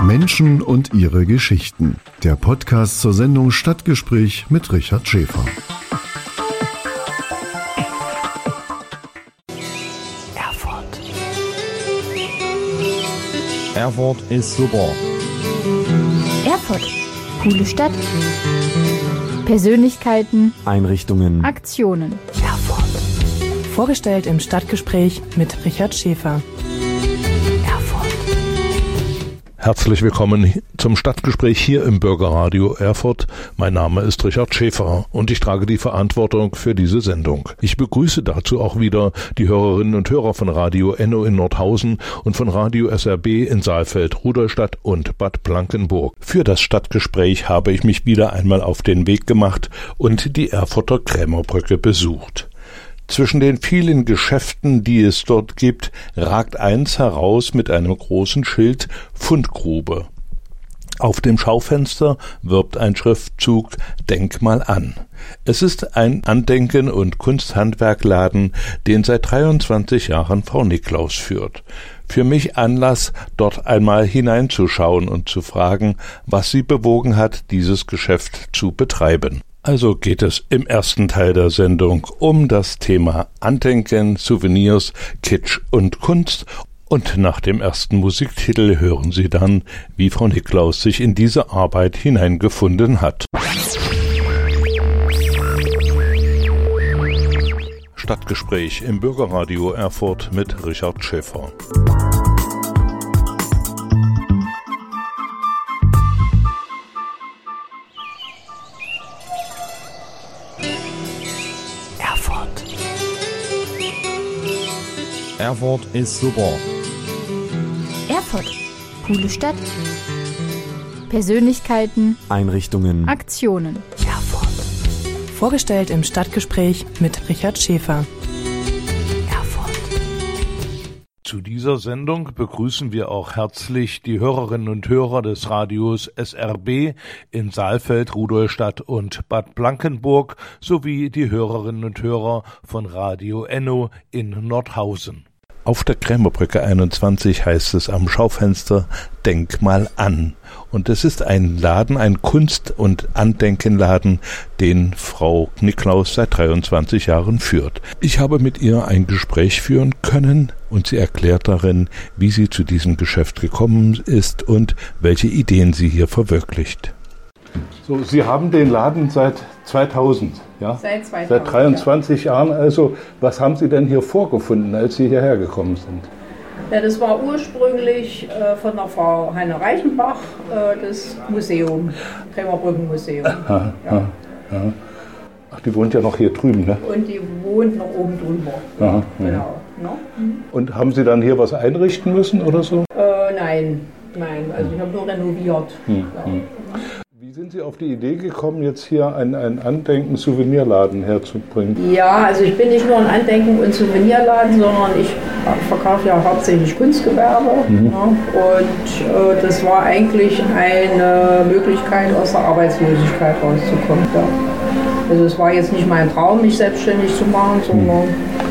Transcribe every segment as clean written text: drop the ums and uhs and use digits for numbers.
Menschen und ihre Geschichten. Der Podcast zur Sendung Stadtgespräch mit Richard Schäfer. Erfurt. Erfurt ist super. Erfurt. Coole Stadt. Persönlichkeiten. Einrichtungen. Aktionen. Erfurt. Vorgestellt im Stadtgespräch mit Richard Schäfer. Herzlich willkommen zum Stadtgespräch hier im Bürgerradio Erfurt. Mein Name ist Richard Schäfer und ich trage die Verantwortung für diese Sendung. Ich begrüße dazu auch wieder die Hörerinnen und Hörer von Radio Enno in Nordhausen und von Radio SRB in Saalfeld, Rudolstadt und Bad Blankenburg. Für das Stadtgespräch habe ich mich wieder einmal auf den Weg gemacht und die Erfurter Krämerbrücke besucht. Zwischen den vielen Geschäften, die es dort gibt, ragt eins heraus mit einem großen Schild Fundgrube. Auf dem Schaufenster wirbt ein Schriftzug »Denk mal an«. Es ist ein Andenken- und Kunsthandwerkladen, den seit 23 Jahren Frau Niklaus führt. Für mich Anlass, dort einmal hineinzuschauen und zu fragen, was sie bewogen hat, dieses Geschäft zu betreiben. Also geht es im ersten Teil der Sendung um das Thema Andenken, Souvenirs, Kitsch und Kunst. Und nach dem ersten Musiktitel hören Sie dann, wie Frau Niklaus sich in diese Arbeit hineingefunden hat. Stadtgespräch im Bürgerradio Erfurt mit Richard Schäfer. Erfurt ist super. Erfurt. Coole Stadt. Persönlichkeiten. Einrichtungen. Aktionen. Erfurt. Vorgestellt im Stadtgespräch mit Richard Schäfer. Erfurt. Zu dieser Sendung begrüßen wir auch herzlich die Hörerinnen und Hörer des Radios SRB in Saalfeld, Rudolstadt und Bad Blankenburg sowie die Hörerinnen und Hörer von Radio Enno in Nordhausen. Auf der Krämerbrücke 21 heißt es am Schaufenster »Denk mal an«. Und es ist ein Laden, ein Kunst- und Andenkenladen, den Frau Niklaus seit 23 Jahren führt. Ich habe mit ihr ein Gespräch führen können und sie erklärt darin, wie sie zu diesem Geschäft gekommen ist und welche Ideen sie hier verwirklicht. So, Sie haben den Laden seit 2000, ja? Seit 2000, seit 23 Jahren. Also, was haben Sie denn hier vorgefunden, als Sie hierher gekommen sind? Ja, das war ursprünglich von der Frau Heine Reichenbach, das Museum, Krämerbrückenmuseum. Ja. Ach, die wohnt ja noch hier drüben, ne? Und die wohnt noch oben drüber. Aha, genau. No? Und haben Sie dann hier was einrichten müssen oder so? Nein, also ich habe nur renoviert. Wie sind Sie auf die Idee gekommen, jetzt hier einen Andenken-Souvenirladen herzubringen? Ja, also ich bin nicht nur ein Andenken- und Souvenirladen, sondern ich verkaufe ja hauptsächlich Kunstgewerbe. Ja, und das war eigentlich eine Möglichkeit, aus der Arbeitslosigkeit rauszukommen. Ja. Also es war jetzt nicht mein Traum, mich selbstständig zu machen, sondern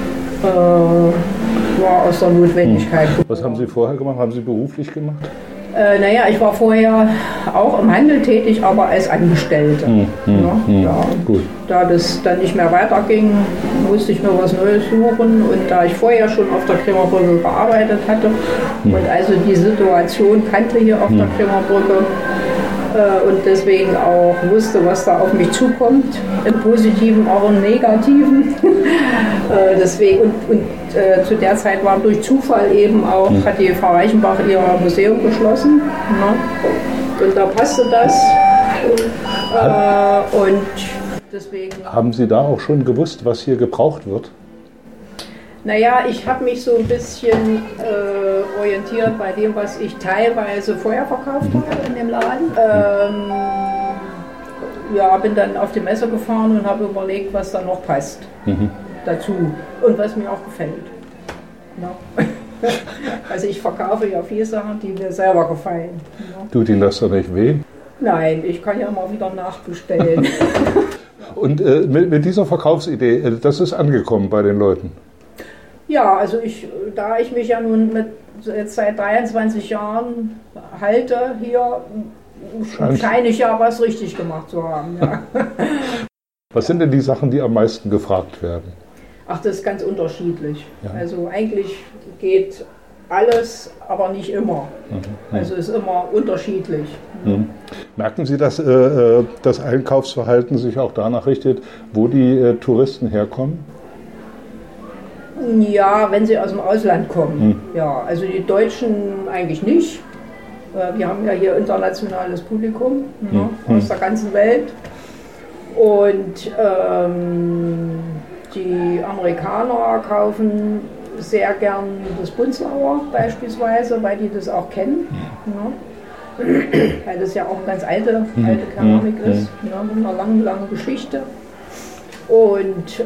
war aus der Notwendigkeit. Was haben Sie vorher gemacht? Haben Sie beruflich gemacht? Ich war vorher auch im Handel tätig, aber als Angestellte. Gut. Da das dann nicht mehr weiterging, musste ich mir was Neues suchen. Und da ich vorher schon auf der Krämerbrücke gearbeitet hatte und also die Situation kannte hier auf der Krämerbrücke und deswegen auch wusste, was da auf mich zukommt, im Positiven, auch im Negativen. Deswegen zu der Zeit war durch Zufall eben auch, hat die Frau Reichenbach ihr Museum geschlossen. Ne? Und da passte das. Und deswegen. Haben Sie da auch schon gewusst, was hier gebraucht wird? Naja, ich habe mich so ein bisschen orientiert bei dem, was ich teilweise vorher verkauft habe in dem Laden. Bin dann auf die Messe gefahren und habe überlegt, was da noch passt dazu und was mir auch gefällt. Ja. Also ich verkaufe ja viele Sachen, die mir selber gefallen. Ja. Tut Ihnen das doch nicht weh? Nein, ich kann ja mal wieder nachbestellen. Und mit dieser Verkaufsidee, das ist angekommen bei den Leuten? Ja, also da ich mich ja nun mit jetzt seit 23 Jahren halte hier, scheine ich ja was richtig gemacht zu haben. Ja. Was sind denn die Sachen, die am meisten gefragt werden? Ach, das ist ganz unterschiedlich. Ja. Also eigentlich geht alles, aber nicht immer. Also ist immer unterschiedlich. Merken Sie, dass das Einkaufsverhalten sich auch danach richtet, wo die Touristen herkommen? Ja, wenn sie aus dem Ausland kommen. Ja, also die Deutschen eigentlich nicht. Wir haben ja hier internationales Publikum aus der ganzen Welt. Und die Amerikaner kaufen sehr gern das Bunzlauer beispielsweise, weil die das auch kennen. Ja. Weil das ja auch eine ganz alte Keramik ist, ja, mit einer langen Geschichte. Und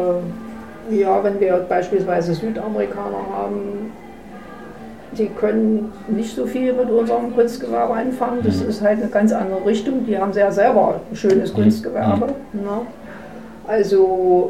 ja, wenn wir beispielsweise Südamerikaner haben, die können nicht so viel mit unserem Kunstgewerbe anfangen. Das ist halt eine ganz andere Richtung. Die haben ja selber ein schönes Kunstgewerbe. Ne? Also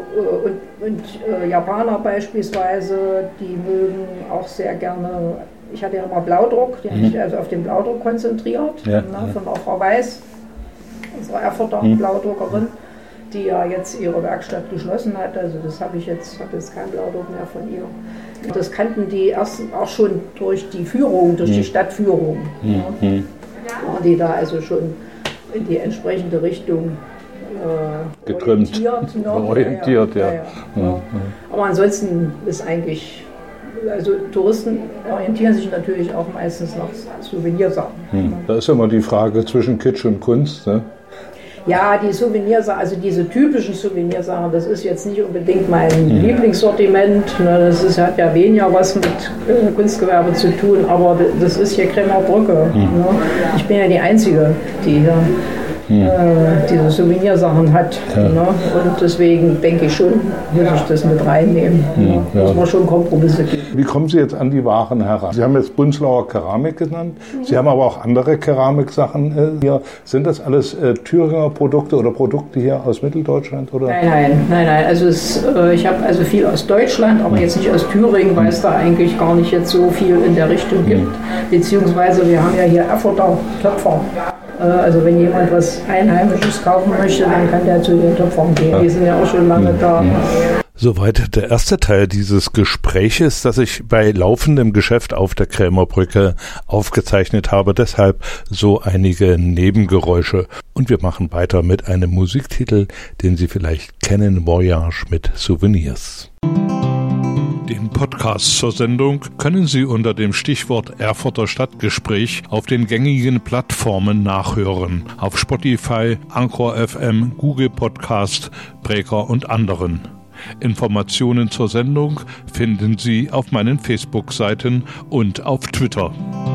Japaner beispielsweise, die mögen auch sehr gerne, ich hatte ja mal Blaudruck, die haben sich also auf den Blaudruck konzentriert, von der Frau Weiß, unserer Erfurter Blaudruckerin, die ja jetzt ihre Werkstatt geschlossen hat. Also das habe jetzt kein Blaudruck mehr von ihr. Das kannten die erst auch schon durch die Führung, durch die Stadtführung. Waren die da also schon in die entsprechende Richtung getrimmt. Orientiert. Ja. Aber ansonsten ist eigentlich, also Touristen orientieren sich natürlich auch meistens nach Souvenirsachen. Da ist immer die Frage zwischen Kitsch und Kunst, ne? Ja, die Souvenirsachen, also diese typischen Souvenirsachen, das ist jetzt nicht unbedingt mein Lieblingssortiment. Ne, das hat ja weniger was mit Kunstgewerbe zu tun, aber das ist hier Kremer Brücke. Ne? Ich bin ja die Einzige, die hier diese Souvenirsachen hat. Ne? Und deswegen denke ich schon, würde ich das mit reinnehmen. Ne? Muss man schon Kompromisse geben. Wie kommen Sie jetzt an die Waren heran? Sie haben jetzt Bunzlauer Keramik genannt, Sie haben aber auch andere Keramiksachen hier. Sind das alles Thüringer Produkte oder Produkte hier aus Mitteldeutschland? Oder? Nein. Also ich habe also viel aus Deutschland, aber jetzt nicht aus Thüringen, weil es da eigentlich gar nicht jetzt so viel in der Richtung gibt. Beziehungsweise wir haben ja hier Erfurter Töpfer. Also wenn jemand was Einheimisches kaufen möchte, dann kann der zu den Töpfern gehen. Die sind ja auch schon lange da. Soweit der erste Teil dieses Gespräches, das ich bei laufendem Geschäft auf der Krämerbrücke aufgezeichnet habe. Deshalb so einige Nebengeräusche. Und wir machen weiter mit einem Musiktitel, den Sie vielleicht kennen, Voyage mit Souvenirs. Den Podcast zur Sendung können Sie unter dem Stichwort Erfurter Stadtgespräch auf den gängigen Plattformen nachhören. Auf Spotify, Anchor FM, Google Podcast, Breaker und anderen. Informationen zur Sendung finden Sie auf meinen Facebook-Seiten und auf Twitter.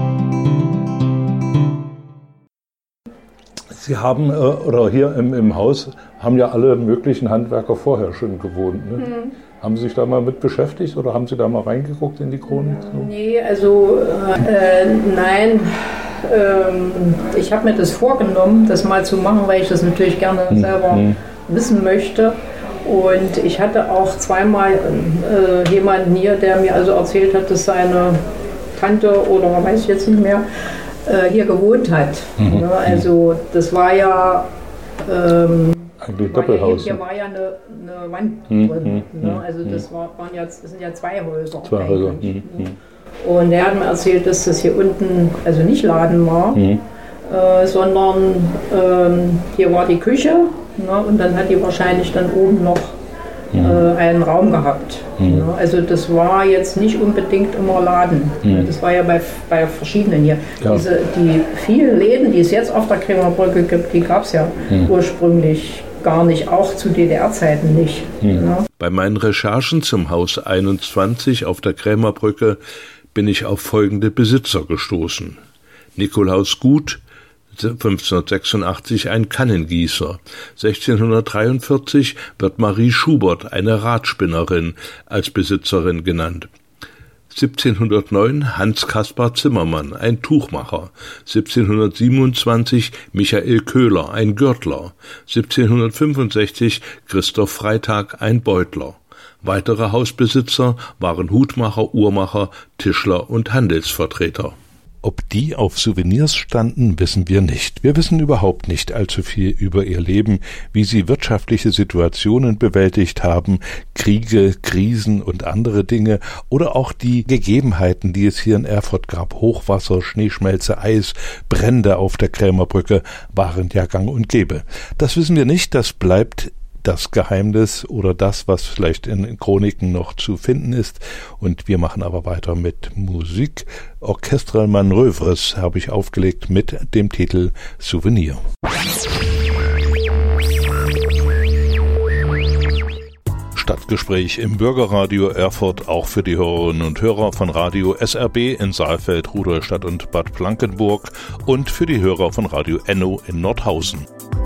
Sie haben, oder hier im Haus, haben ja alle möglichen Handwerker vorher schon gewohnt, ne? Haben Sie sich da mal mit beschäftigt oder haben Sie da mal reingeguckt in die Chronik? So? Nee, also nein. Ich habe mir das vorgenommen, das mal zu machen, weil ich das natürlich gerne selber wissen möchte. Und ich hatte auch zweimal jemanden hier, der mir also erzählt hat, dass seine Tante oder weiß ich jetzt nicht mehr, hier gewohnt hat. Ne? Also das war ja Doppelhaus. Hier war ja eine Wand drin. Ne? Also das sind ja zwei Häuser. Und er hat mir erzählt, dass das hier unten also nicht Laden war, sondern hier war die Küche. Ne? Und dann hat die wahrscheinlich dann oben noch einen Raum gehabt. Ne? Also das war jetzt nicht unbedingt immer Laden. Das war ja bei verschiedenen hier. Ja. Die vielen Läden, die es jetzt auf der Krämerbrücke gibt, die gab es ja ursprünglich gar nicht, auch zu DDR-Zeiten nicht. Ne? Bei meinen Recherchen zum Haus 21 auf der Krämerbrücke bin ich auf folgende Besitzer gestoßen. Nikolaus Gut, 1586 ein Kannengießer. 1643 wird Marie Schubert, eine Radspinnerin, als Besitzerin genannt. 1709 Hans Kaspar Zimmermann, ein Tuchmacher. 1727 Michael Köhler, ein Gürtler. 1765 Christoph Freitag, ein Beutler. Weitere Hausbesitzer waren Hutmacher, Uhrmacher, Tischler und Handelsvertreter. Ob die auf Souvenirs standen, wissen wir nicht. Wir wissen überhaupt nicht allzu viel über ihr Leben, wie sie wirtschaftliche Situationen bewältigt haben, Kriege, Krisen und andere Dinge oder auch die Gegebenheiten, die es hier in Erfurt gab. Hochwasser, Schneeschmelze, Eis, Brände auf der Krämerbrücke waren ja gang und gäbe. Das wissen wir nicht, das bleibt das Geheimnis oder das, was vielleicht in Chroniken noch zu finden ist. Und wir machen aber weiter mit Musik. Orchestral Manövres habe ich aufgelegt mit dem Titel Souvenir. Stadtgespräch im Bürgerradio Erfurt, auch für die Hörerinnen und Hörer von Radio SRB in Saalfeld, Rudolstadt und Bad Blankenburg und für die Hörer von Radio Enno in Nordhausen.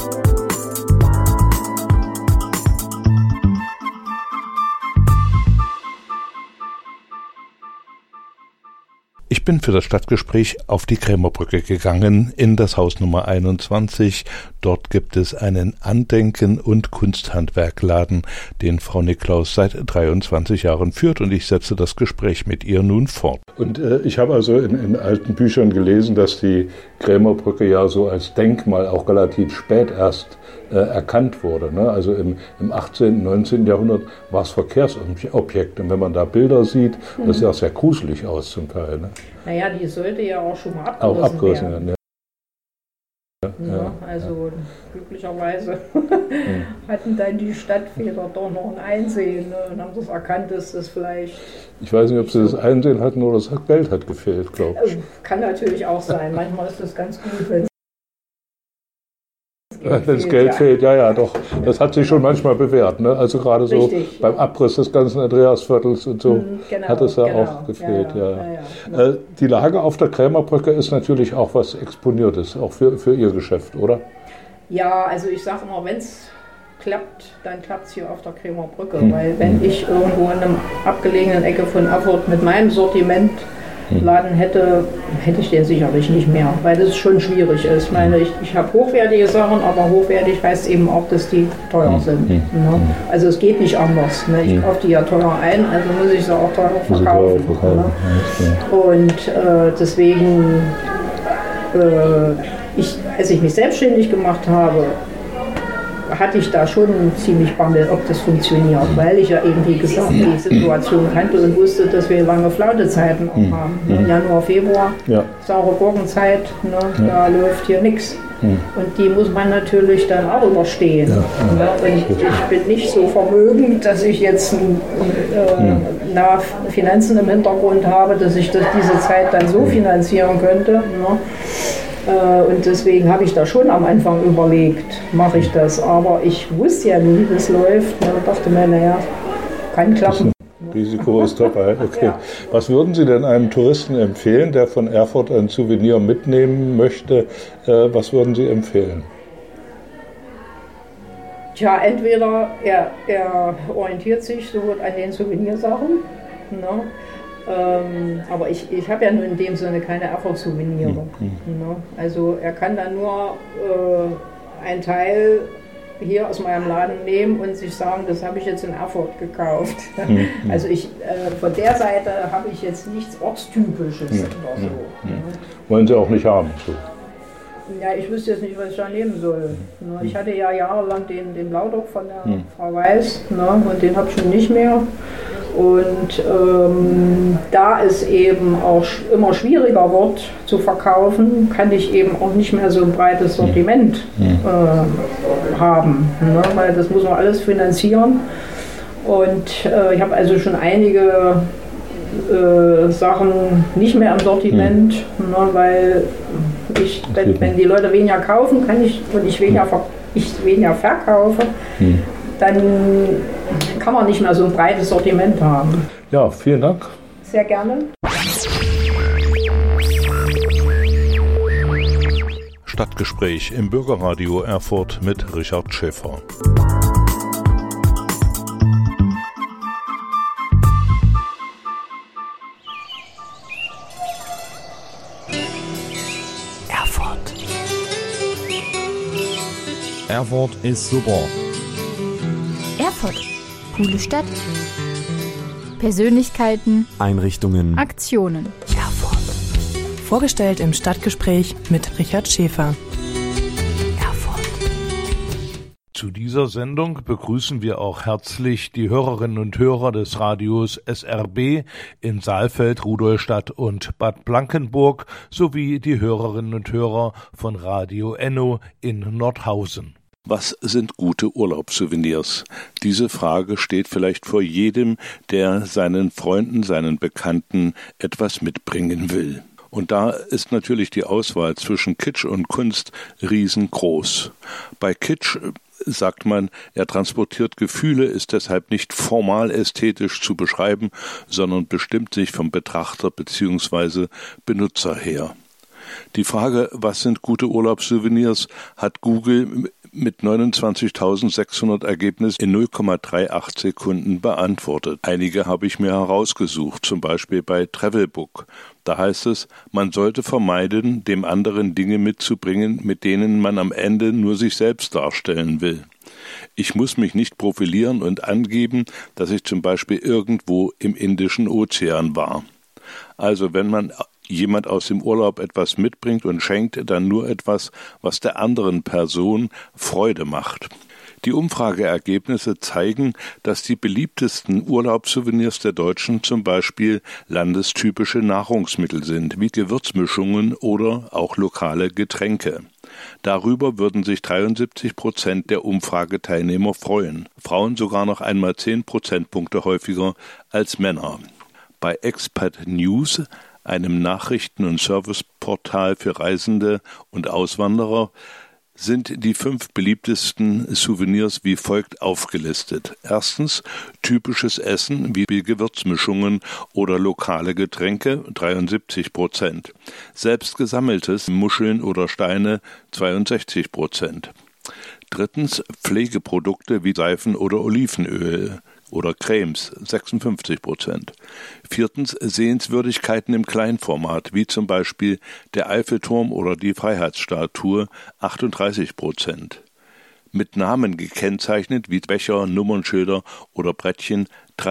Ich bin für das Stadtgespräch auf die Krämerbrücke gegangen, in das Haus Nummer 21. Dort gibt es einen Andenken- und Kunsthandwerkladen, den Frau Niklaus seit 23 Jahren führt, und ich setze das Gespräch mit ihr nun fort. Und ich habe also in alten Büchern gelesen, dass die Krämerbrücke ja so als Denkmal auch relativ spät erst erkannt wurde. Ne? Also im 18., 19. Jahrhundert war es Verkehrsobjekt. Und wenn man da Bilder sieht, das sieht auch sehr gruselig aus zum Teil. Ne? Naja, die sollte ja auch schon mal abgerissen werden. Ja, also glücklicherweise hatten dann die Stadtväter doch noch ein Einsehen, ne, und haben das erkannt, dass das vielleicht... Ich weiß nicht, ob sie das Einsehen hatten oder das Geld hat gefehlt, glaube ich. Kann natürlich auch sein. Manchmal ist das ganz gut, wenn das Geld fehlt, ja, doch. Das hat sich schon manchmal bewährt. Ne? Also gerade so richtig, beim Abriss des ganzen Andreasviertels und so hat es auch gefehlt. Ja. Die Lage auf der Krämerbrücke ist natürlich auch was Exponiertes, auch für Ihr Geschäft, oder? Ja, also ich sage immer, wenn es klappt, dann klappt es hier auf der Krämerbrücke. Weil wenn ich irgendwo in einer abgelegenen Ecke von Erfurt mit meinem Sortiment Laden hätte ich den sicherlich nicht mehr, weil das schon schwierig ist. Ich meine, ich habe hochwertige Sachen, aber hochwertig heißt eben auch, dass die teuer sind. Ne? Also es geht nicht anders. Ne? Ich kaufe die ja teuer ein, also muss ich sie auch teuer verkaufen. Ne? Und deswegen, als ich mich selbstständig gemacht habe, hatte ich da schon ziemlich Bammel, ob das funktioniert, weil ich ja eben, wie gesagt, die Situation kannte und wusste, dass wir lange Flautezeiten auch haben. Ne? Januar, Februar, saure Gurkenzeit, ne? Da läuft hier nichts. Und die muss man natürlich dann auch überstehen. Ne? Und ich bin nicht so vermögend, dass ich jetzt Finanzen im Hintergrund habe, dass ich diese Zeit dann so finanzieren könnte. Ne? Und deswegen habe ich da schon am Anfang überlegt, mache ich das. Aber ich wusste ja nie, wie es läuft. Ich dachte mir, naja, kann klappen. Risiko ist dabei, okay. Ja. Was würden Sie denn einem Touristen empfehlen, der von Erfurt ein Souvenir mitnehmen möchte? Was würden Sie empfehlen? Tja, entweder er orientiert sich so an den Souvenirsachen, ne? Aber ich habe ja nur in dem Sinne keine Erfurt-Souvenirs. Ne? Also er kann dann nur einen Teil hier aus meinem Laden nehmen und sich sagen, das habe ich jetzt in Erfurt gekauft. Also von der Seite habe ich jetzt nichts Ortstypisches oder so. Ne? Wollen Sie auch nicht haben? So. Ja, ich wüsste jetzt nicht, was ich da nehmen soll. Ne? Ich hatte ja jahrelang den Blaudock von der Frau Weiß, ne? Und den habe ich schon nicht mehr. Und da es eben auch immer schwieriger wird zu verkaufen, kann ich eben auch nicht mehr so ein breites Sortiment haben, ne? Weil das muss man alles finanzieren. Und ich habe also schon einige Sachen nicht mehr im Sortiment, ne? Weil wenn die Leute weniger kaufen, und ich weniger verkaufe, dann kann man nicht mehr so ein breites Sortiment haben. Ja, vielen Dank. Sehr gerne. Stadtgespräch im Bürgerradio Erfurt mit Richard Schäfer. Erfurt ist super. Erfurt, coole Stadt. Persönlichkeiten, Einrichtungen, Aktionen. Erfurt. Vorgestellt im Stadtgespräch mit Richard Schäfer. Zu dieser Sendung begrüßen wir auch herzlich die Hörerinnen und Hörer des Radios SRB in Saalfeld, Rudolstadt und Bad Blankenburg sowie die Hörerinnen und Hörer von Radio Enno in Nordhausen. Was sind gute Urlaubssouvenirs? Diese Frage steht vielleicht vor jedem, der seinen Freunden, seinen Bekannten etwas mitbringen will. Und da ist natürlich die Auswahl zwischen Kitsch und Kunst riesengroß. Bei Kitsch sagt man, er transportiert Gefühle, ist deshalb nicht formal ästhetisch zu beschreiben, sondern bestimmt sich vom Betrachter bzw. Benutzer her. Die Frage, was sind gute Urlaubssouvenirs, hat Google mit 29.600 Ergebnissen in 0,38 Sekunden beantwortet. Einige habe ich mir herausgesucht, zum Beispiel bei Travelbook. Da heißt es, man sollte vermeiden, dem anderen Dinge mitzubringen, mit denen man am Ende nur sich selbst darstellen will. Ich muss mich nicht profilieren und angeben, dass ich zum Beispiel irgendwo im Indischen Ozean war. Also wenn man jemand aus dem Urlaub etwas mitbringt und schenkt, dann nur etwas, was der anderen Person Freude macht. Die Umfrageergebnisse zeigen, dass die beliebtesten Urlaubssouvenirs der Deutschen zum Beispiel landestypische Nahrungsmittel sind, wie Gewürzmischungen oder auch lokale Getränke. Darüber würden sich 73% der Umfrageteilnehmer freuen, Frauen sogar noch einmal 10 Prozentpunkte häufiger als Männer. Bei Expat News, einem Nachrichten- und Serviceportal für Reisende und Auswanderer, sind die 5 beliebtesten Souvenirs wie folgt aufgelistet. Erstens typisches Essen wie Gewürzmischungen oder lokale Getränke 73%. Selbst gesammeltes Muscheln oder Steine 62%. Drittens Pflegeprodukte wie Seifen oder Olivenöl oder Cremes 56%. Viertens Sehenswürdigkeiten im Kleinformat, wie zum Beispiel der Eiffelturm oder die Freiheitsstatue 38%. Mit Namen gekennzeichnet wie Becher, Nummernschilder oder Brettchen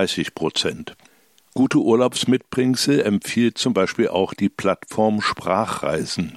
30%. Gute Urlaubsmitbringsel empfiehlt zum Beispiel auch die Plattform Sprachreisen.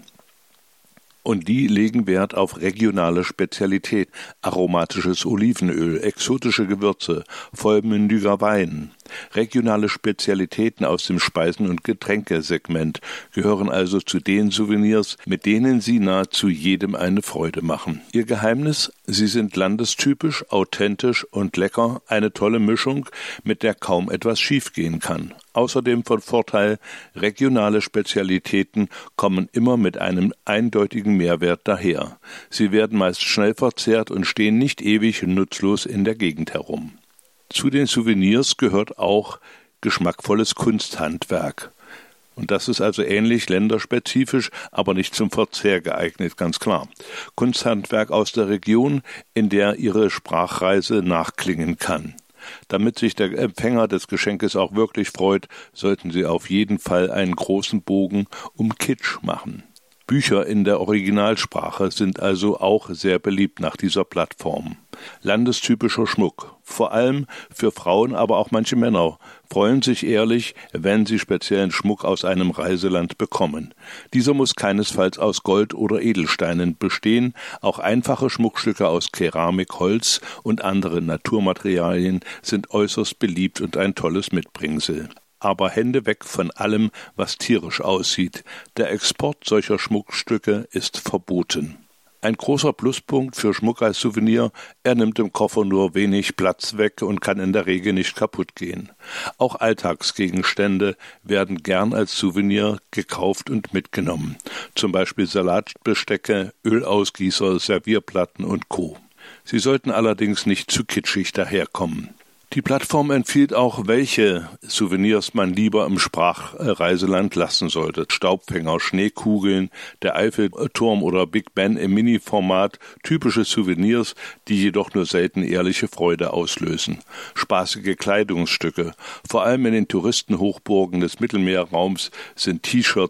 Und die legen Wert auf regionale Spezialität, aromatisches Olivenöl, exotische Gewürze, vollmündiger Wein. Regionale Spezialitäten aus dem Speisen- und Getränkesegment gehören also zu den Souvenirs, mit denen Sie nahezu jedem eine Freude machen. Ihr Geheimnis? Sie sind landestypisch, authentisch und lecker, eine tolle Mischung, mit der kaum etwas schiefgehen kann. Außerdem von Vorteil, regionale Spezialitäten kommen immer mit einem eindeutigen Mehrwert daher. Sie werden meist schnell verzehrt und stehen nicht ewig nutzlos in der Gegend herum. Zu den Souvenirs gehört auch geschmackvolles Kunsthandwerk. Und das ist also ähnlich länderspezifisch, aber nicht zum Verzehr geeignet, ganz klar. Kunsthandwerk aus der Region, in der Ihre Sprachreise nachklingen kann. Damit sich der Empfänger des Geschenkes auch wirklich freut, sollten Sie auf jeden Fall einen großen Bogen um Kitsch machen. Bücher in der Originalsprache sind also auch sehr beliebt nach dieser Plattform. Landestypischer Schmuck, vor allem für Frauen, aber auch manche Männer, freuen sich ehrlich, wenn sie speziellen Schmuck aus einem Reiseland bekommen. Dieser muss keinesfalls aus Gold oder Edelsteinen bestehen, auch einfache Schmuckstücke aus Keramik, Holz und anderen Naturmaterialien sind äußerst beliebt und ein tolles Mitbringsel. Aber Hände weg von allem, was tierisch aussieht. Der Export solcher Schmuckstücke ist verboten. Ein großer Pluspunkt für Schmuck als Souvenir, er nimmt im Koffer nur wenig Platz weg und kann in der Regel nicht kaputt gehen. Auch Alltagsgegenstände werden gern als Souvenir gekauft und mitgenommen. Zum Beispiel Salatbestecke, Ölausgießer, Servierplatten und Co. Sie sollten allerdings nicht zu kitschig daherkommen. Die Plattform empfiehlt auch, welche Souvenirs man lieber im Sprachreiseland lassen sollte. Staubfänger, Schneekugeln, der Eiffelturm oder Big Ben im Mini-Format, typische Souvenirs, die jedoch nur selten ehrliche Freude auslösen. Spaßige Kleidungsstücke, vor allem in den Touristenhochburgen des Mittelmeerraums sind T-Shirts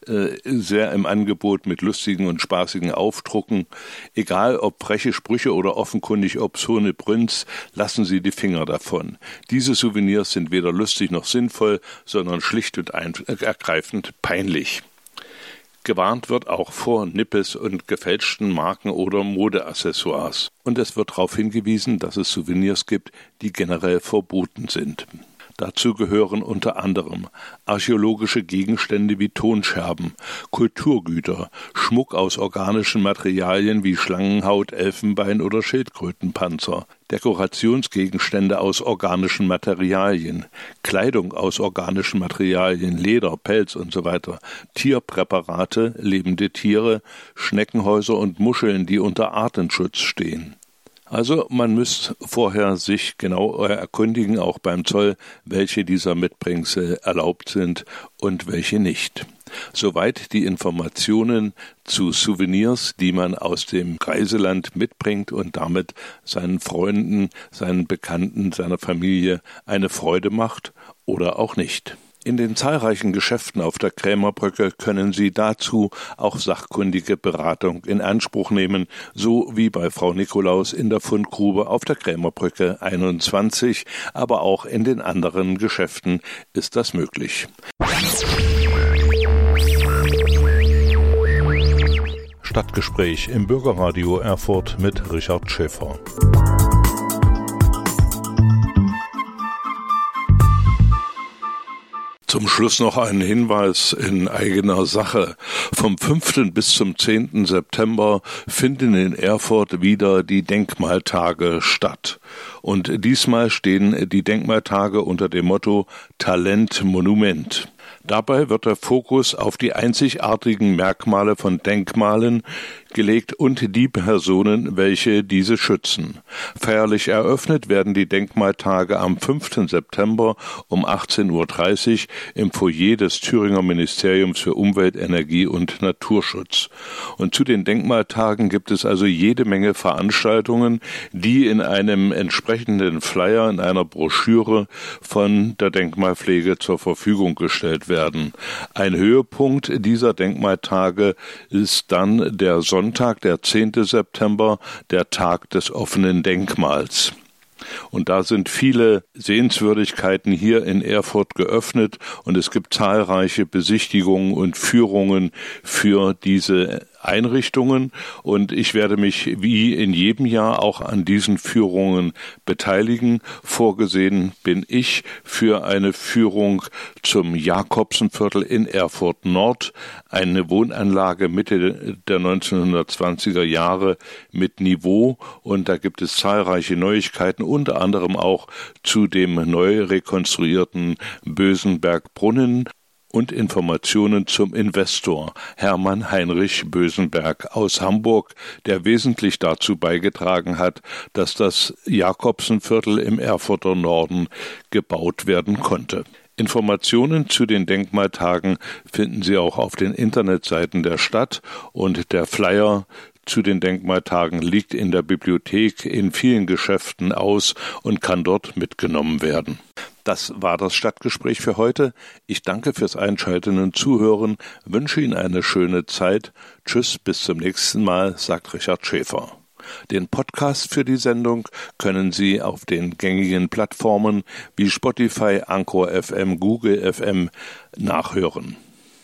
sehr im Angebot mit lustigen und spaßigen Aufdrucken. Egal ob freche Sprüche oder offenkundig obszone Brünz, lassen Sie die Finger davon. Diese Souvenirs sind weder lustig noch sinnvoll, sondern schlicht und ergreifend peinlich. Gewarnt wird auch vor Nippes und gefälschten Marken- oder Modeaccessoires. Und es wird darauf hingewiesen, dass es Souvenirs gibt, die generell verboten sind. Dazu gehören unter anderem archäologische Gegenstände wie Tonscherben, Kulturgüter, Schmuck aus organischen Materialien wie Schlangenhaut, Elfenbein oder Schildkrötenpanzer, Dekorationsgegenstände aus organischen Materialien, Kleidung aus organischen Materialien, Leder, Pelz usw., Tierpräparate, lebende Tiere, Schneckenhäuser und Muscheln, die unter Artenschutz stehen. Also man müsste vorher sich genau erkundigen, auch beim Zoll, welche dieser Mitbringsel erlaubt sind und welche nicht. Soweit die Informationen zu Souvenirs, die man aus dem Reiseland mitbringt und damit seinen Freunden, seinen Bekannten, seiner Familie eine Freude macht oder auch nicht. In den zahlreichen Geschäften auf der Krämerbrücke können Sie dazu auch sachkundige Beratung in Anspruch nehmen, so wie bei Frau Nikolaus in der Fundgrube auf der Krämerbrücke 21, aber auch in den anderen Geschäften ist das möglich. Stadtgespräch im Bürgerradio Erfurt mit Richard Schäfer. Zum Schluss noch ein Hinweis in eigener Sache. Vom 5. bis zum 10. September finden in Erfurt wieder die Denkmaltage statt. Und diesmal stehen die Denkmaltage unter dem Motto Talent Monument. Dabei wird der Fokus auf die einzigartigen Merkmale von Denkmalen gelegt und die Personen, welche diese schützen. Feierlich eröffnet werden die Denkmaltage am 5. September um 18.30 Uhr im Foyer des Thüringer Ministeriums für Umwelt, Energie und Naturschutz. Und zu den Denkmaltagen gibt es also jede Menge Veranstaltungen, die in einem entsprechenden Flyer, in einer Broschüre von der Denkmalpflege zur Verfügung gestellt werden. Ein Höhepunkt dieser Denkmaltage ist dann der Sonntag, der 10. September, der Tag des offenen Denkmals. Und da sind viele Sehenswürdigkeiten hier in Erfurt geöffnet und es gibt zahlreiche Besichtigungen und Führungen für diese Einrichtungen und ich werde mich wie in jedem Jahr auch an diesen Führungen beteiligen. Vorgesehen bin ich für eine Führung zum Jakobsenviertel in Erfurt Nord, eine Wohnanlage Mitte der 1920er Jahre mit Niveau und da gibt es zahlreiche Neuigkeiten, unter anderem auch zu dem neu rekonstruierten Bösenberg-Brunnen und Informationen zum Investor Hermann Heinrich Bösenberg aus Hamburg, der wesentlich dazu beigetragen hat, dass das Jakobsenviertel im Erfurter Norden gebaut werden konnte. Informationen zu den Denkmaltagen finden Sie auch auf den Internetseiten der Stadt und der Flyer zu den Denkmaltagen liegt in der Bibliothek in vielen Geschäften aus und kann dort mitgenommen werden. Das war das Stadtgespräch für heute. Ich danke fürs Einschalten und Zuhören, wünsche Ihnen eine schöne Zeit. Tschüss, bis zum nächsten Mal, sagt Richard Schäfer. Den Podcast für die Sendung können Sie auf den gängigen Plattformen wie Spotify, Anchor FM, Google FM nachhören.